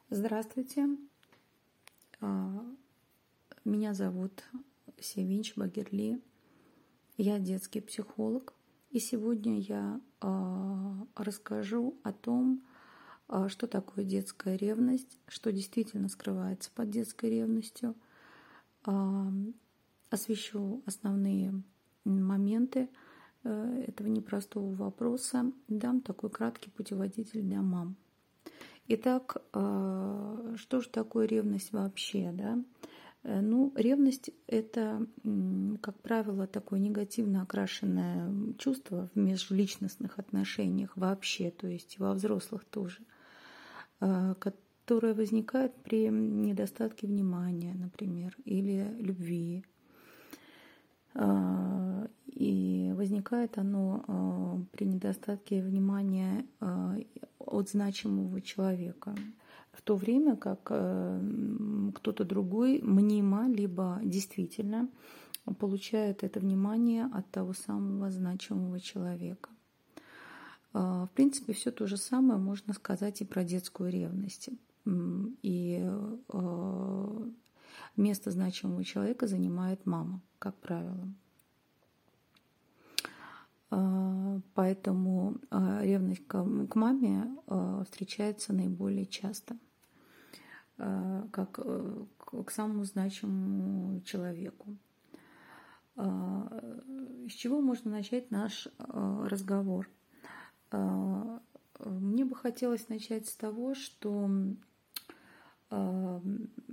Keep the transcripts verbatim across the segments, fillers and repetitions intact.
Здравствуйте, А, меня зовут Севинч Багирли, я детский психолог, и сегодня я а, расскажу о том, а, что такое детская ревность, что действительно скрывается под детской ревностью, а, освещу основные моменты э, этого непростого вопроса, дам такой краткий путеводитель для мам. Итак, а, что же такое ревность вообще, да? Э, Ну, ревность – это, м, как правило, такое негативно окрашенное чувство в межличностных отношениях вообще, то есть и во взрослых тоже, а, которое возникает при недостатке внимания, например, или любви. А, И возникает оно а, при недостатке внимания а, от значимого человека, в то время как э, м, кто-то другой мнимо, либо действительно получает это внимание от того самого значимого человека. А, В принципе, все то же самое можно сказать и про детскую ревность. М, И э, место значимого человека занимает мама, как правило. А, Поэтому а, ревность к к маме а, встречается наиболее часто, а, как э, к к самому значимому человеку. А, С чего можно начать наш а, разговор? А, Мне бы хотелось начать с того, что а,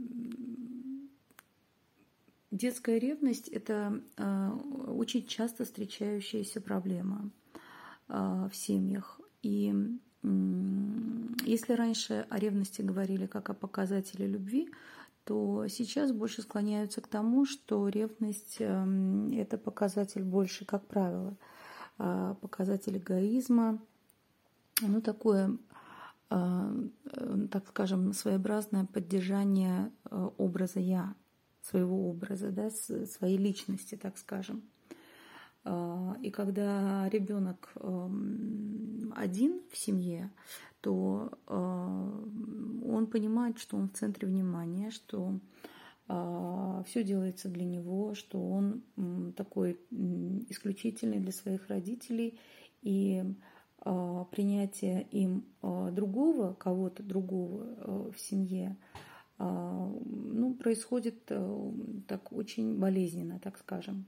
детская ревность – это а, очень часто встречающаяся проблема а, в семьях. И м, если раньше о ревности говорили как о показателе любви, то сейчас больше склоняются к тому, что ревность эм, – это показатель больше, как правило, а, показатель эгоизма, ну, такое, а, э, так скажем, своеобразное поддержание э, образа «я», своего образа, да, с- своей личности, так скажем. А, И когда ребенок эм, один в семье, то э, он понимает, что он в центре внимания, что все делается для него, что он м, такой м, исключительный для своих родителей, и а, принятие им а, другого, кого-то другого а, в семье, а, ну, происходит а, так очень болезненно, так скажем.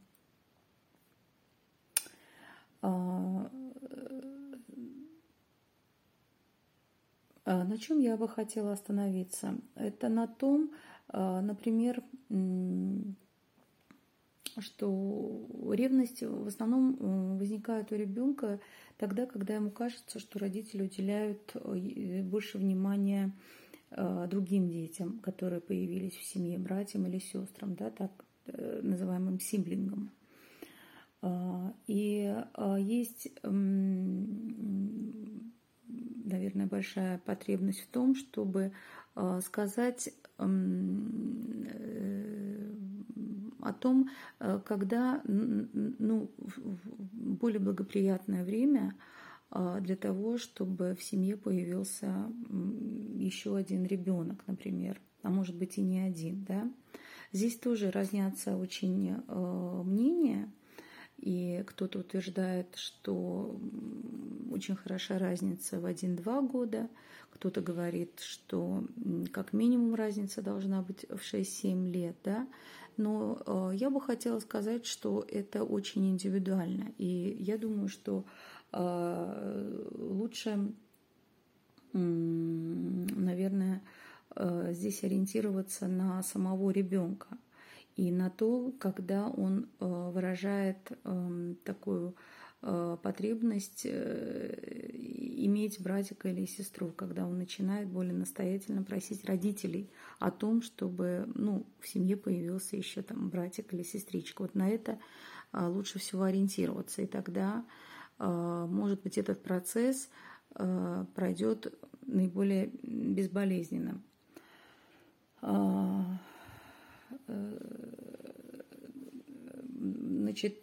А, а На чем я бы хотела остановиться? Это на том, а, например, м, что ревность в основном м, возникает у ребенка тогда, когда ему кажется, что родители уделяют э, больше внимания э, другим детям, которые появились в семье, братьям или сестрам, да, так э, называемым сиблингам. А, И а, есть, м, наверное, большая потребность в том, чтобы а, сказать м, э, о том, э, когда н- н- ну, в в более благоприятное время а, для того, чтобы в семье появился м, еще один ребенок, например, а может быть и не один, да. Здесь тоже разнятся очень э, мнения. И кто-то утверждает, что м, очень хороша разница в один-два года, кто-то говорит, что м, как минимум разница должна быть в шесть-семь лет, да. Но э, я бы хотела сказать, что это очень индивидуально. И я думаю, что э, лучше, м, наверное, э, здесь ориентироваться на самого ребенка и на то, когда он э, выражает эм, такую э, потребность э, иметь братика или сестру, когда он начинает более настоятельно просить родителей о том, чтобы, ну, в семье появился еще там братик или сестричка. Вот на это э, лучше всего ориентироваться, и тогда, э, может быть, этот процесс э, пройдет наиболее безболезненно. А, Значит,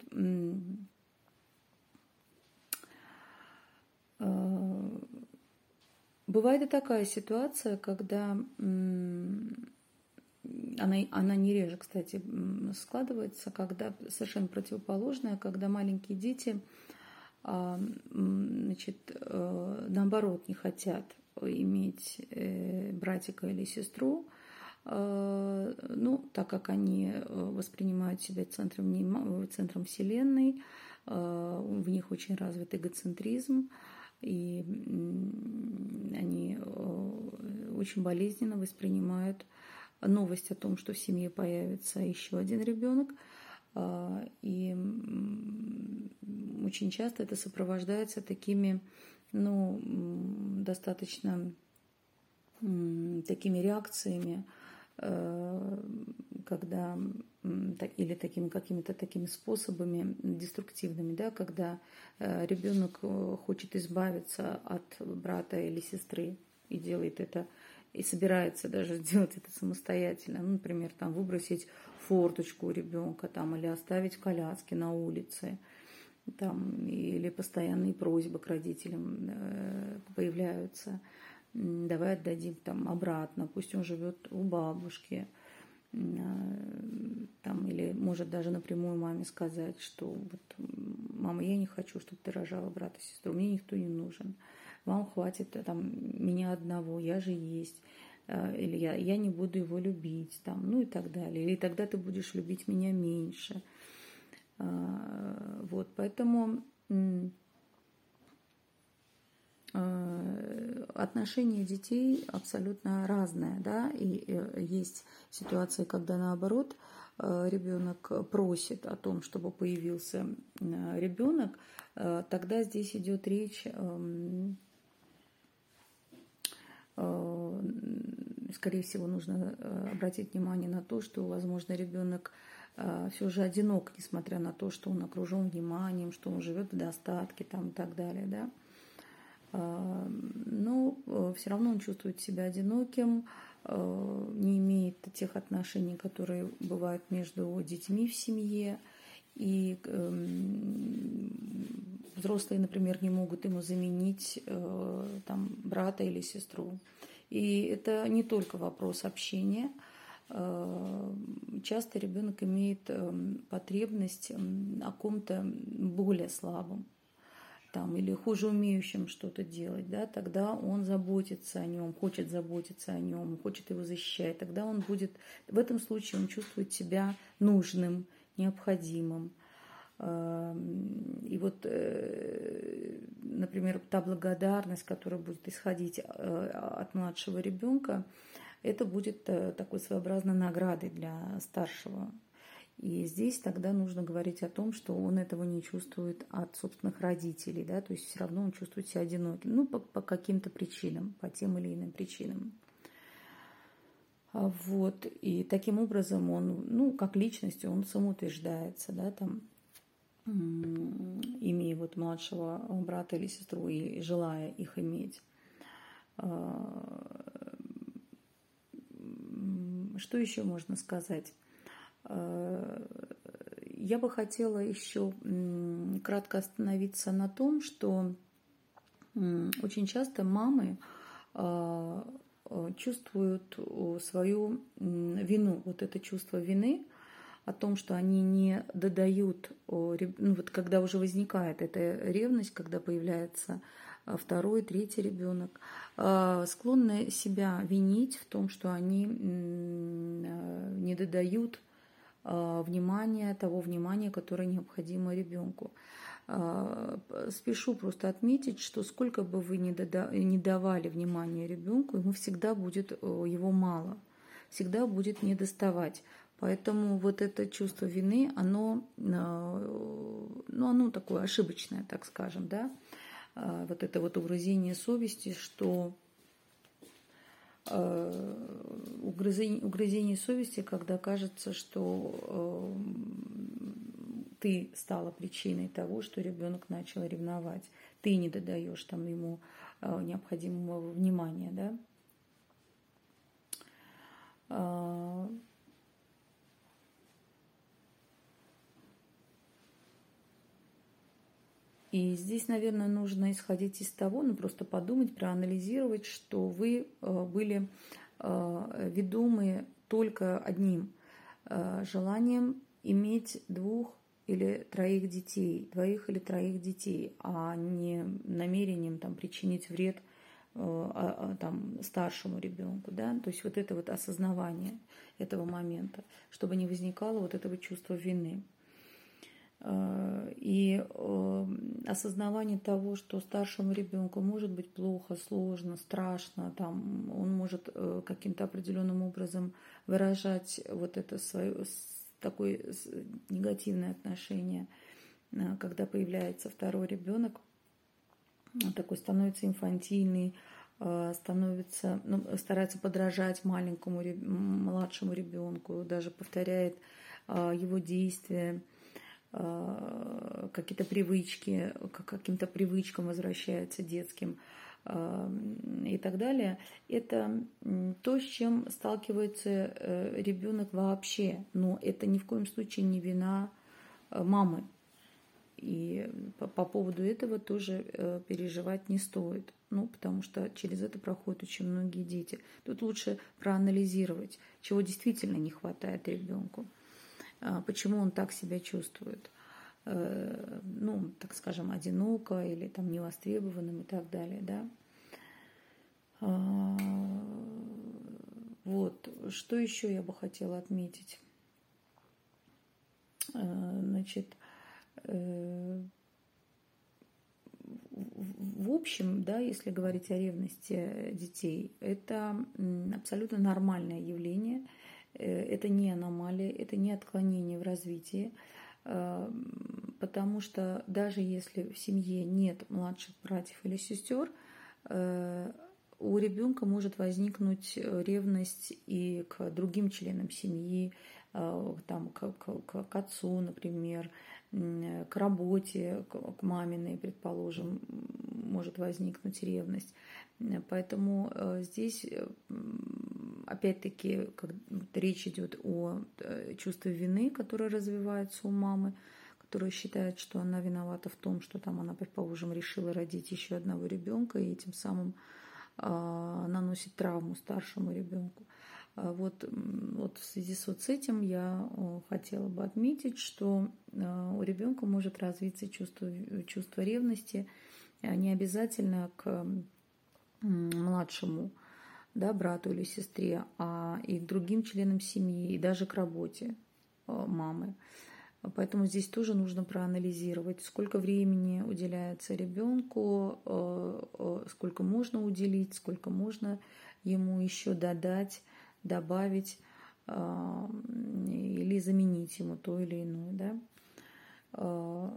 Бывает и такая ситуация, когда она, она не реже, кстати, складывается, когда совершенно противоположная, когда маленькие дети, значит, наоборот, не хотят иметь братика или сестру, ну, так как они воспринимают себя центром, центром Вселенной, в них очень развит эгоцентризм, и они очень болезненно воспринимают новость о том, что в семье появится еще один ребенок. И очень часто это сопровождается такими, ну, достаточно такими реакциями, когда или такими какими-то такими способами деструктивными, да, когда ребенок хочет избавиться от брата или сестры и делает это, и собирается даже сделать это самостоятельно. Ну, например, там выбросить форточку у ребенка там, или оставить в коляске на улице. Там, или постоянные просьбы к родителям появляются. Давай отдадим там обратно, пусть он живет у бабушки. Там, или может даже напрямую маме сказать, что вот, мама, я не хочу, чтобы ты рожала брата и сестру, мне никто не нужен. Вам хватит там, меня одного, я же есть. Или я, я не буду его любить, там, ну и так далее. Или тогда ты будешь любить меня меньше. Вот, поэтому отношение детей абсолютно разное, да, и есть ситуации, когда наоборот ребенок просит о том, чтобы появился ребенок, тогда здесь идет речь, скорее всего, нужно обратить внимание на то, что, возможно, ребенок все же одинок, несмотря на то, что он окружен вниманием, что он живет в достатке там, и так далее, да. Но все равно он чувствует себя одиноким, не имеет тех отношений, которые бывают между детьми в семье, и взрослые, например, не могут ему заменить там, брата или сестру. И это не только вопрос общения. Часто ребенок имеет потребность о ком-то более слабом, там, или хуже умеющим что-то делать, да, тогда он заботится о нем, хочет заботиться о нем, хочет его защищать, тогда он будет, в этом случае он чувствует себя нужным, необходимым. И вот, например, та благодарность, которая будет исходить от младшего ребенка, это будет такой своеобразной наградой для старшего. И здесь тогда нужно говорить о том, что он этого не чувствует от собственных родителей, да, то есть все равно он чувствует себя одиноким, ну, по, по каким-то причинам, по тем или иным причинам. Вот, и таким образом он, ну, как личность, он самоутверждается, да, там, имея вот младшего брата или сестру и желая их иметь. Что еще можно сказать? Я бы хотела еще кратко остановиться на том, что очень часто мамы чувствуют свою вину, вот это чувство вины о том, что они не додают, ну вот когда уже возникает эта ревность, когда появляется второй, третий ребенок, склонны себя винить в том, что они не додают внимания, того внимания, которое необходимо ребенку. Спешу просто отметить, что сколько бы вы ни давали внимания ребенку, ему всегда будет его мало, всегда будет недоставать. Поэтому вот это чувство вины, оно, ну, оно такое ошибочное, так скажем, да. Вот это вот угрызение совести, что угрызение, угрызение совести, когда кажется, что ты стала причиной того, что ребенок начал ревновать, ты не додаешь там ему необходимого внимания, да. И здесь, наверное, нужно исходить из того, ну просто подумать, проанализировать, что вы были ведомы только одним желанием иметь двух или троих детей, двоих или троих детей, а не намерением там, причинить вред там, старшему ребенку, да, то есть вот это вот осознавание этого момента, чтобы не возникало вот этого чувства вины. И осознавание того, что старшему ребенку может быть плохо, сложно, страшно, там, он может каким-то определенным образом выражать вот это свое такое негативное отношение, когда появляется второй ребенок, такой становится инфантильный, становится, ну, старается подражать маленькому, младшему ребенку, даже повторяет его действия, какие-то привычки, к каким-то привычкам возвращается детским и так далее. Это то, с чем сталкивается ребенок вообще, но это ни в коем случае не вина мамы. И по, по поводу этого тоже переживать не стоит, ну, потому что через это проходят очень многие дети. Тут лучше проанализировать, чего действительно не хватает ребенку, почему он так себя чувствует, ну, так скажем, одиноко или там невостребованным и так далее, да. Вот, что еще я бы хотела отметить? Значит, в общем, да, если говорить о ревности детей, это абсолютно нормальное явление, это не аномалия, это не отклонение в развитии, потому что даже если в семье нет младших братьев или сестер, у ребенка может возникнуть ревность и к другим членам семьи, там, к, к, к отцу, например, к работе, к маминой, предположим, может возникнуть ревность. Поэтому здесь, опять-таки, речь идет о чувстве вины, которое развивается у мамы, которая считает, что она виновата в том, что там она, предположим, решила родить еще одного ребенка и тем самым наносит травму старшему ребенку. Вот, вот в связи с, вот с этим я хотела бы отметить, что у ребенка может развиться чувство, чувство ревности не обязательно к младшему, да, брату или сестре, а и к другим членам семьи, и даже к работе мамы. Поэтому здесь тоже нужно проанализировать, сколько времени уделяется ребенку, сколько можно уделить, сколько можно ему еще додать, добавить или заменить ему то или иное, да.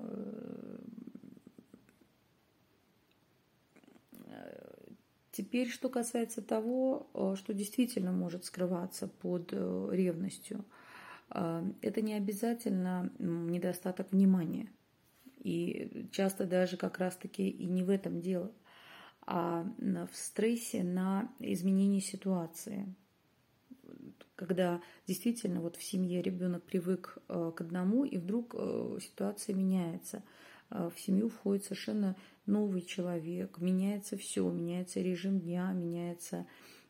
Теперь, что касается того, что действительно может скрываться под ревностью, это не обязательно недостаток внимания. И часто даже как раз-таки и не в этом дело, а в стрессе на изменение ситуации. Когда действительно вот в семье ребенок привык к одному, и вдруг ситуация меняется. В семью входит совершенно новый человек, меняется все, меняется режим дня, меняется,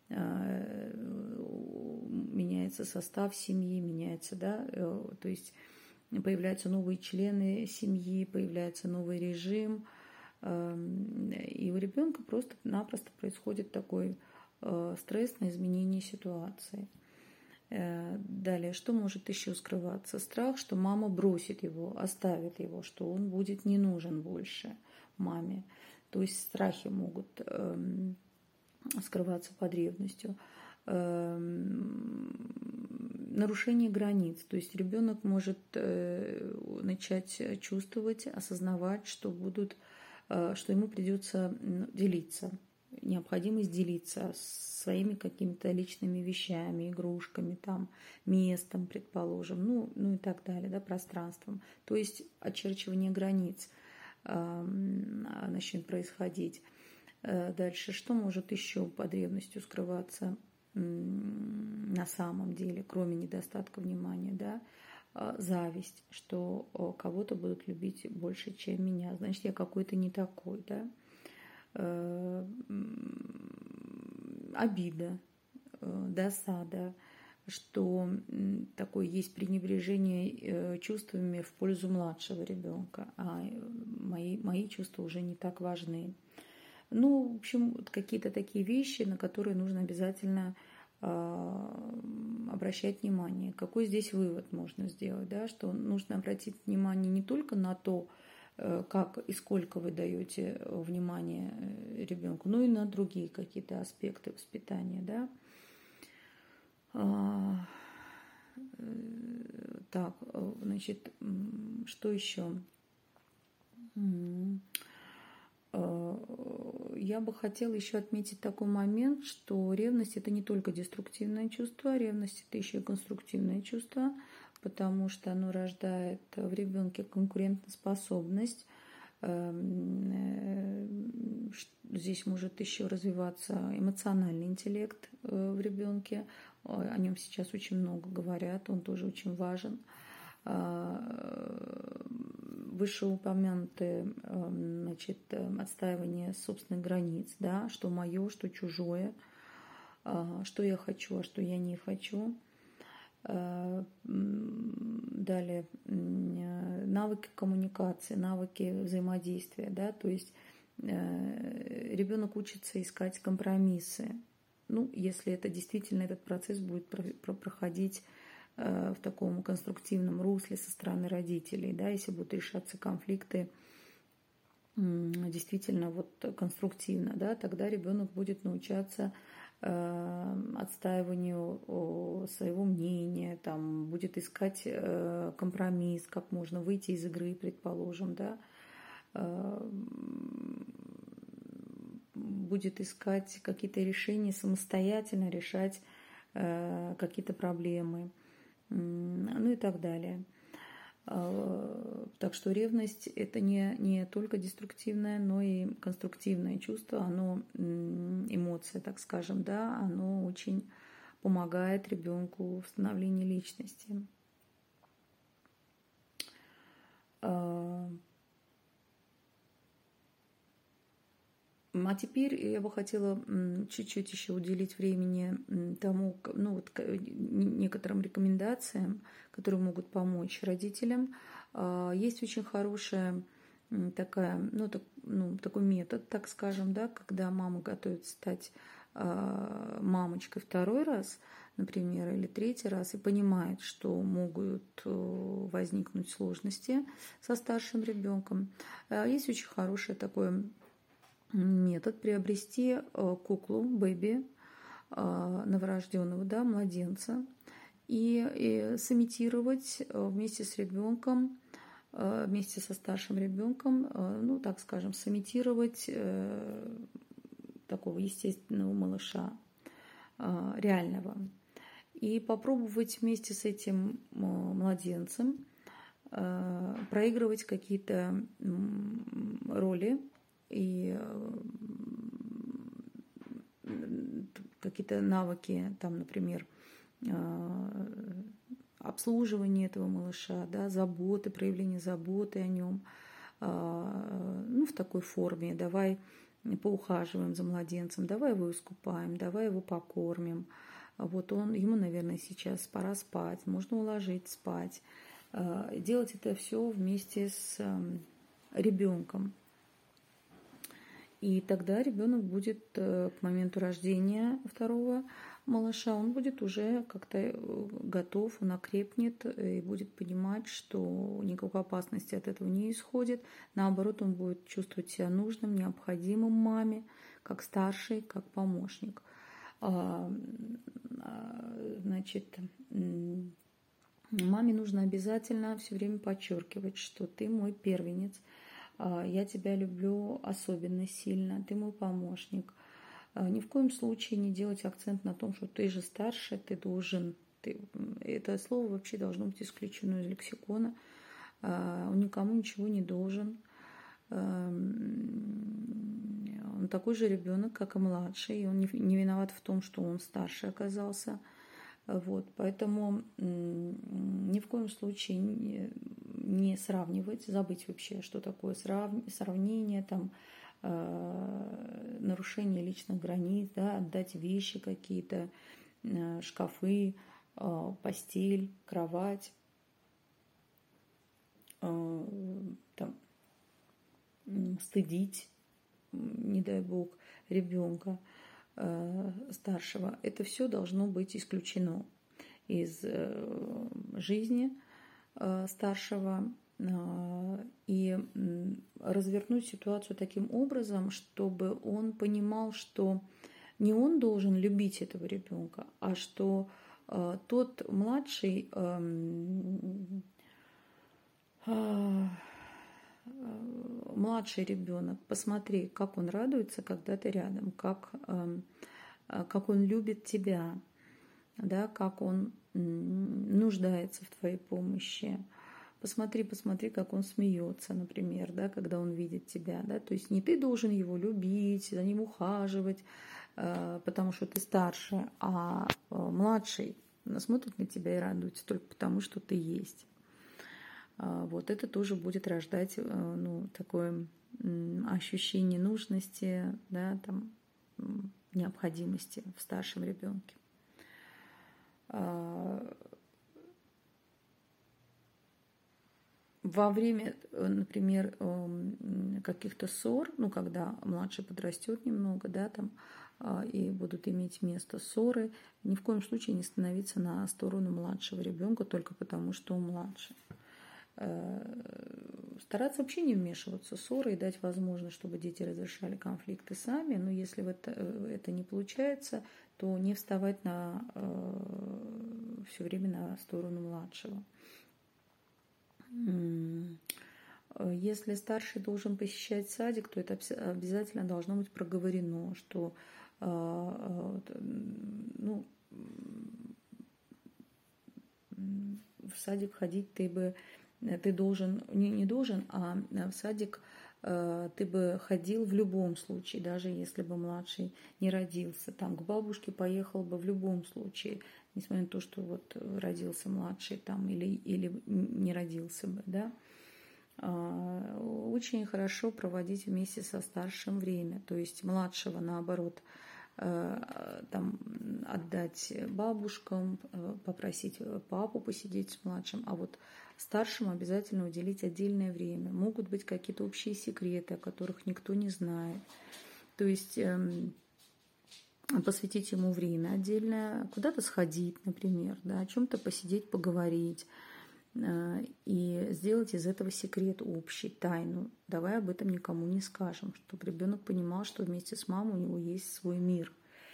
меняется состав семьи, меняется, да, то есть появляются новые члены семьи, появляется новый режим, и у ребенка просто-напросто происходит такой стресс на изменение ситуации. Далее, что может еще скрываться? Страх, что мама бросит его, оставит его, что он будет не нужен больше маме. То есть страхи могут э, скрываться под ревностью. Э, нарушение границ. То есть ребенок может э, начать чувствовать, осознавать, что, будут, э, что ему придется делиться. Необходимость делиться своими какими-то личными вещами, игрушками, там, местом, предположим, ну, ну и так далее, да, пространством. То есть очерчивание границ э, начнет происходить. Э, дальше, что может еще под ревностью скрываться э, на самом деле, кроме недостатка внимания, да? зависть, что кого-то будут любить больше, чем меня, значит, я какой-то не такой, да, обида, досада, что такое есть пренебрежение чувствами в пользу младшего ребенка, а мои, мои чувства уже не так важны. Ну, в общем, какие-то такие вещи, на которые нужно обязательно обращать внимание. Какой здесь вывод можно сделать, да, что нужно обратить внимание не только на то, как и сколько вы даете внимания ребенку, но и на другие какие-то аспекты воспитания, да. Так, значит, что еще? Я бы хотела еще отметить такой момент, что ревность – это не только деструктивное чувство, ревность – это еще и конструктивное чувство, потому что оно рождает в ребенке конкурентоспособность. Здесь может еще развиваться эмоциональный интеллект в ребенке. О нем сейчас очень много говорят, он тоже очень важен. Вышеупомянутое, значит, отстаивание собственных границ, да, что мое, что чужое, что я хочу, а что я не хочу. Далее навыки коммуникации, навыки взаимодействия, да, то есть ребенок учится искать компромиссы. Ну, если это действительно этот процесс будет проходить в таком конструктивном русле со стороны родителей, да, если будут решаться конфликты действительно вот конструктивно, да, тогда ребенок будет научаться отстаиванию своего мнения, там, будет искать компромисс, как можно выйти из игры, предположим, да, будет искать какие-то решения, самостоятельно решать какие-то проблемы, ну и так далее. Так что ревность – это не, не только деструктивное, но и конструктивное чувство, оно, эмоция, так скажем, да, оно очень помогает ребенку в становлении личности. А теперь я бы хотела чуть-чуть еще уделить времени тому, ну, вот, некоторым рекомендациям, которые могут помочь родителям. Есть очень хорошая такая, ну, так, ну, такой метод, так скажем, да, когда мама готовится стать мамочкой второй раз, например, или третий раз, и понимает, что могут возникнуть сложности со старшим ребенком. Есть очень хорошее такое метод приобрести куклу, бэби, новорожденного, да, младенца, и, и сымитировать вместе с ребенком, вместе со старшим ребенком, ну, так скажем, сымитировать такого естественного малыша, реального. И попробовать вместе с этим младенцем проигрывать какие-то роли, и какие-то навыки, там, например, обслуживание этого малыша, да, заботы, проявление заботы о нем, ну, в такой форме. Давай поухаживаем за младенцем, давай его искупаем, давай его покормим. Вот он, ему, наверное, сейчас пора спать, можно уложить спать. Делать это все вместе с ребенком. И тогда ребенок будет к моменту рождения второго малыша, он будет уже как-то готов, он окрепнет и будет понимать, что никакой опасности от этого не исходит. Наоборот, он будет чувствовать себя нужным, необходимым маме, как старший, как помощник. Значит, маме нужно обязательно все время подчеркивать, что ты мой первенец, я тебя люблю особенно сильно, ты мой помощник. Ни в коем случае не делать акцент на том, что ты же старше, ты должен. Ты... Это слово вообще должно быть исключено из лексикона. Он никому ничего не должен. Он такой же ребенок, как и младший, и он не виноват в том, что он старше оказался. Вот, поэтому ни в коем случае не, не сравнивать, забыть вообще, что такое срав... сравнение, там, э, нарушение личных границ, да, отдать вещи какие-то, э, шкафы, э, постель, кровать, э, там, стыдить, не дай бог, ребенка старшего. Это все должно быть исключено из жизни старшего и развернуть ситуацию таким образом, чтобы он понимал, что не он должен любить этого ребенка, а что тот младший младший ребенок, посмотри, как он радуется, когда ты рядом, как, как он любит тебя, да, как он нуждается в твоей помощи. Посмотри, посмотри, как он смеется, например, да, когда он видит тебя. Да? То есть не ты должен его любить, за ним ухаживать, потому что ты старше, а младший смотрит на тебя и радуется только потому, что ты есть. Вот это тоже будет рождать, ну, такое ощущение нужности, да, там, необходимости в старшем ребенке. Во время, например, каких-то ссор, ну, когда младший подрастет немного, да, там, и будут иметь место ссоры, ни в коем случае не становиться на сторону младшего ребенка только потому, что он младше. Стараться вообще не вмешиваться в ссоры и дать возможность, чтобы дети разрешали конфликты сами, но если это, это не получается, то не вставать на, все время на сторону младшего. Если старший должен посещать садик, то это обязательно должно быть проговорено, что ну, в садик ходить ты бы ты должен, не, не должен, а в садик э, ты бы ходил в любом случае, даже если бы младший не родился. Там к бабушке поехал бы в любом случае, несмотря на то, что вот родился младший там или, или не родился бы, да. Э, очень хорошо проводить вместе со старшим время, то есть младшего, наоборот, там отдать бабушкам, попросить папу посидеть с младшим, а вот старшему обязательно уделить отдельное время. Могут быть какие-то общие секреты, о которых никто не знает. То есть посвятить ему время отдельное, куда-то сходить, например, да, о чем-то посидеть, поговорить, и сделать из этого секрет общий, тайну. Давай об этом никому не скажем, чтобы ребенок понимал, что вместе с мамой у него есть свой мир.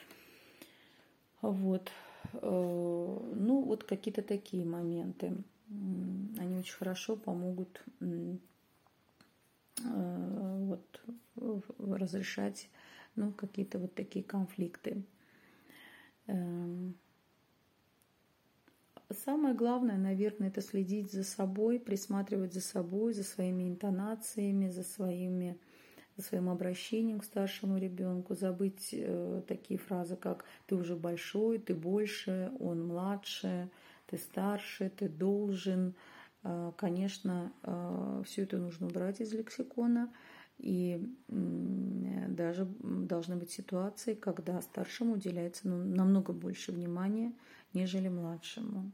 Вот. Ну, вот какие-то такие моменты. Они очень хорошо помогут вот, разрешать, ну, какие-то вот такие конфликты. Самое главное, наверное, это следить за собой, присматривать за собой, за своими интонациями, за, своими, за своим обращением к старшему ребенку, забыть э, такие фразы, как «ты уже большой», «ты больше», «он младше», «ты старше», «ты должен». Э, конечно, э, все это нужно убрать из лексикона. И э, даже должны быть ситуации, когда старшему уделяется ну, намного больше внимания, нежели младшему.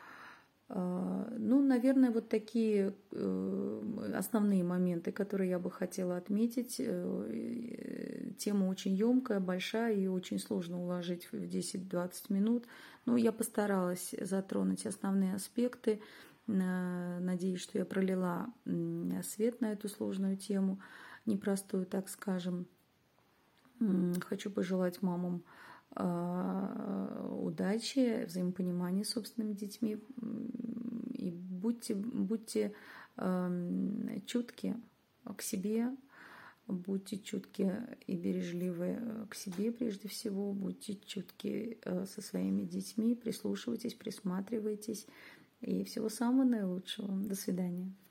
Ну, наверное, вот такие основные моменты, которые я бы хотела отметить. Тема очень емкая, большая, и очень сложно уложить в десять-двадцать минут. Но я постаралась затронуть основные аспекты. Надеюсь, что я пролила свет на эту сложную тему, непростую, так скажем. Хочу пожелать мамам удачи, взаимопонимания с собственными детьми. И будьте, будьте э, чутки к себе, будьте чутки и бережливы к себе прежде всего, будьте чутки э, со своими детьми, прислушивайтесь, присматривайтесь. И всего самого наилучшего. До свидания.